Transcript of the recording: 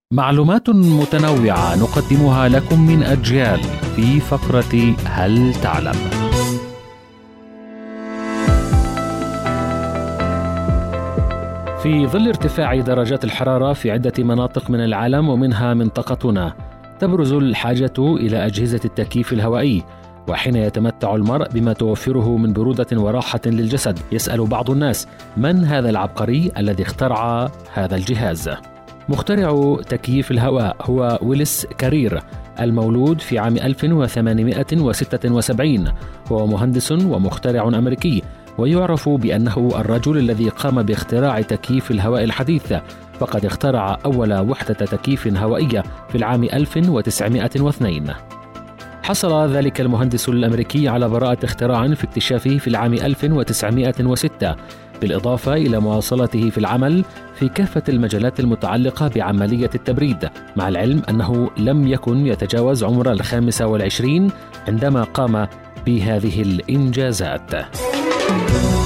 معلومات متنوعة نقدمها لكم من أجيال في فقرة هل تعلم؟ في ظل ارتفاع درجات الحرارة في عدة مناطق من العالم ومنها منطقتنا، تبرز الحاجة إلى أجهزة التكييف الهوائي. وحين يتمتع المرء بما توفره من برودة وراحة للجسد، يسأل بعض الناس: من هذا العبقري الذي اخترع هذا الجهاز؟ مخترع تكييف الهواء هو ويلس كارير، المولود في عام 1876. هو مهندس ومخترع أمريكي، ويعرف بأنه الرجل الذي قام باختراع تكييف الهواء الحديث، فقد اخترع أول وحدة تكييف هوائية في العام 1902. حصل ذلك المهندس الأمريكي على براءة اختراع في اكتشافه في العام 1906، بالإضافة إلى مواصلته في العمل في كافة المجالات المتعلقة بعملية التبريد، مع العلم أنه لم يكن يتجاوز عمر 25 عندما قام بهذه الإنجازات.